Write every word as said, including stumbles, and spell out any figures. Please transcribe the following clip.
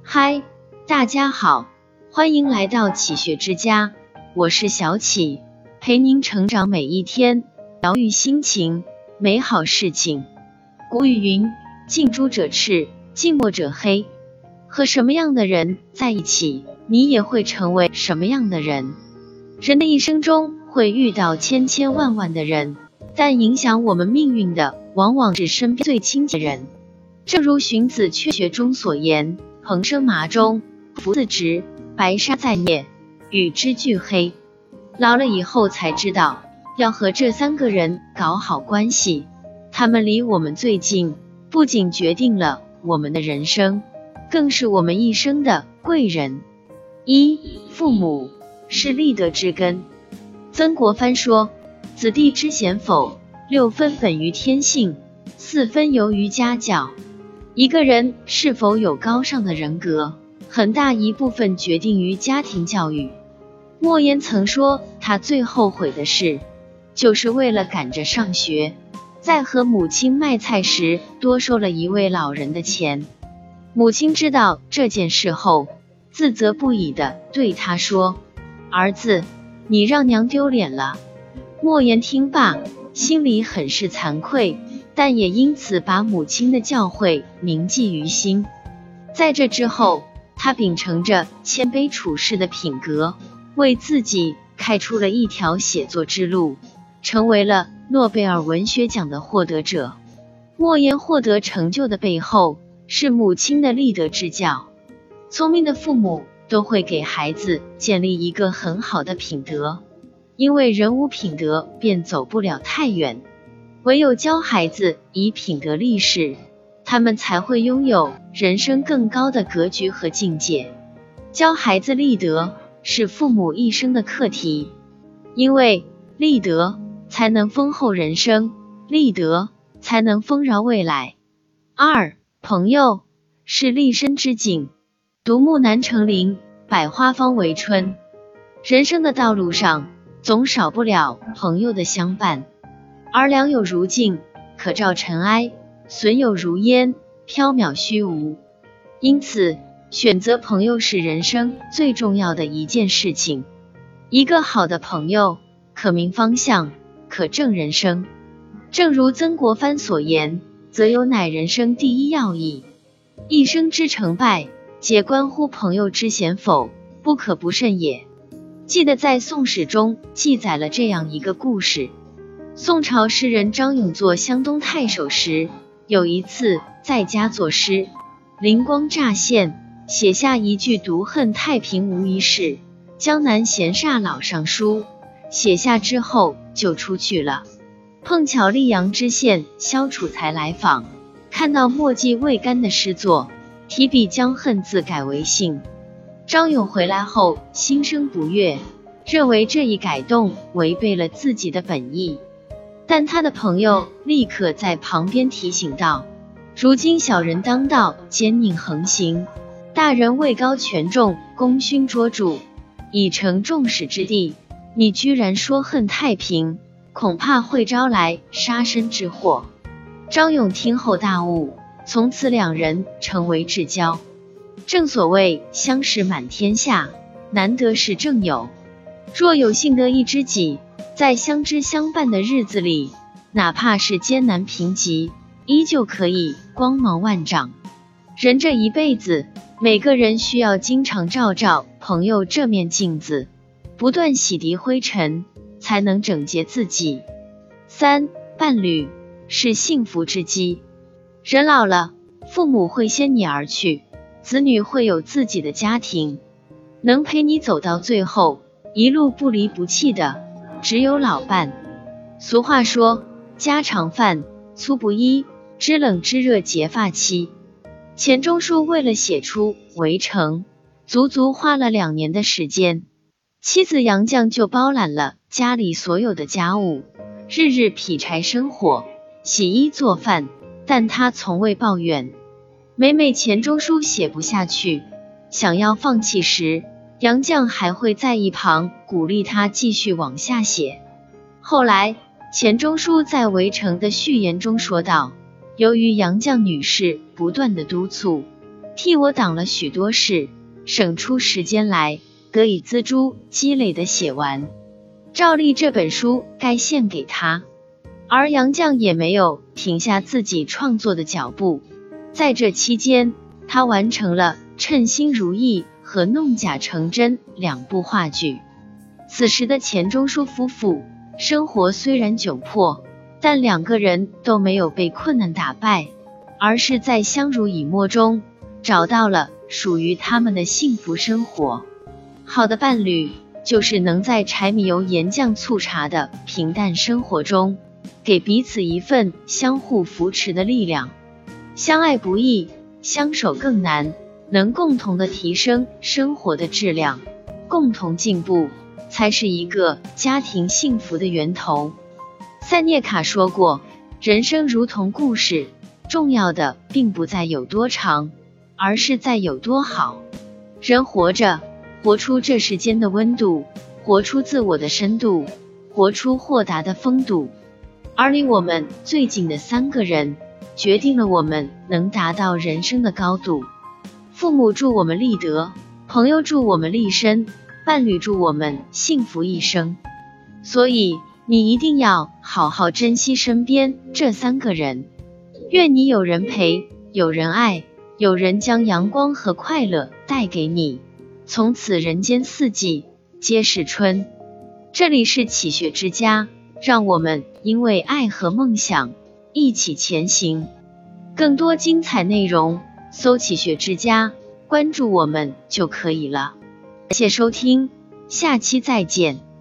嗨，大家好，欢迎来到启学之家，我是小启，陪您成长每一天，疗愈心情，美好事情。古语云，近朱者赤，近墨者黑。和什么样的人在一起，你也会成为什么样的人。人的一生中会遇到千千万万的人，但影响我们命运的往往是身边最亲近的人。正如荀子《劝学》中所言，蓬生麻中，不自直，白沙在涅，与之俱黑。老了以后才知道，要和这三个人搞好关系，他们离我们最近，不仅决定了我们的人生，更是我们一生的贵人。一、父母是立德之根。曾国藩说，子弟知贤否，六分本于天性，四分由于家教。一个人是否有高尚的人格，很大一部分决定于家庭教育。莫言曾说，他最后悔的事，就是为了赶着上学，在和母亲卖菜时多收了一位老人的钱。母亲知道这件事后，自责不已地对他说，儿子，你让娘丢脸了。莫言听罢，心里很是惭愧，但也因此把母亲的教诲铭记于心。在这之后，他秉承着谦卑处世的品格，为自己开出了一条写作之路，成为了诺贝尔文学奖的获得者。莫言获得成就的背后，是母亲的立德之教。聪明的父母都会给孩子建立一个很好的品德，因为人无品德便走不了太远。唯有教孩子以品德立世，他们才会拥有人生更高的格局和境界。教孩子立德是父母一生的课题，因为立德才能丰厚人生，立德才能丰饶未来。二、朋友是立身之景。独木难成林，百花方为春。人生的道路上，总少不了朋友的相伴。而良友如镜，可照尘埃；损友如烟，缥缈虚无。因此，选择朋友是人生最重要的一件事情。一个好的朋友，可明方向，可正人生。正如曾国藩所言，择友乃人生第一要义。一生之成败，皆关乎朋友知贤否，不可不慎也。记得在《宋史》中记载了这样一个故事。宋朝诗人张永做湘东太守时，有一次在家作诗，灵光乍现，写下一句独恨太平无一事，江南闲煞老上书。写下之后就出去了。碰巧溧阳知县萧楚才来访，看到墨迹未干的诗作，提笔将恨字改为信。张永回来后心生不悦，认为这一改动违背了自己的本意。但他的朋友立刻在旁边提醒道，如今小人当道，奸佞横行，大人位高权重，功勋卓著，已成众矢之的，你居然说恨太平，恐怕会招来杀身之祸。张永听后大悟，从此两人成为至交。正所谓相识满天下，难得是正友。若有幸得一知己，在相知相伴的日子里，哪怕是艰难贫瘠，依旧可以光芒万丈。人这一辈子，每个人需要经常照照朋友这面镜子，不断洗涤灰尘，才能整洁自己。三、伴侣是幸福之基。人老了，父母会先你而去，子女会有自己的家庭，能陪你走到最后，一路不离不弃的，只有老伴。俗话说，家常饭，粗布衣，知冷知热结发妻。钱钟书为了写出《围城》，足足花了两年的时间。妻子杨绛就包揽了家里所有的家务，日日劈柴生火，洗衣做饭，但他从未抱怨。每每钱钟书写不下去，想要放弃时，杨绛还会在一旁鼓励他继续往下写。后来，钱钟书在《围城》的序言中说道，由于杨绛女士不断的督促， 替我挡了许多事，省出时间来，得以锱铢积累的写完。照例这本书该献给他，而杨绛也没有停下自己创作的脚步。在这期间，他完成了《称心如意》和《弄假成真》两部话剧。此时的钱钟书夫妇生活虽然窘迫，但两个人都没有被困难打败，而是在相濡以沫中找到了属于他们的幸福生活。好的伴侣就是能在柴米油盐酱醋茶的平淡生活中，给彼此一份相互扶持的力量。相爱不易，相守更难，能共同的提升生活的质量，共同进步，才是一个家庭幸福的源头。塞涅卡说过，人生如同故事，重要的并不在有多长，而是在有多好。人活着，活出这世间的温度，活出自我的深度，活出豁达的风度。而离我们最近的三个人，决定了我们能达到人生的高度。父母祝我们立德，朋友祝我们立身，伴侣祝我们幸福一生。所以你一定要好好珍惜身边这三个人。愿你有人陪，有人爱，有人将阳光和快乐带给你，从此人间四季皆是春。这里是启学之家，让我们因为爱和梦想一起前行。更多精彩内容，搜启学之家，关注我们就可以了。谢谢收听，下期再见。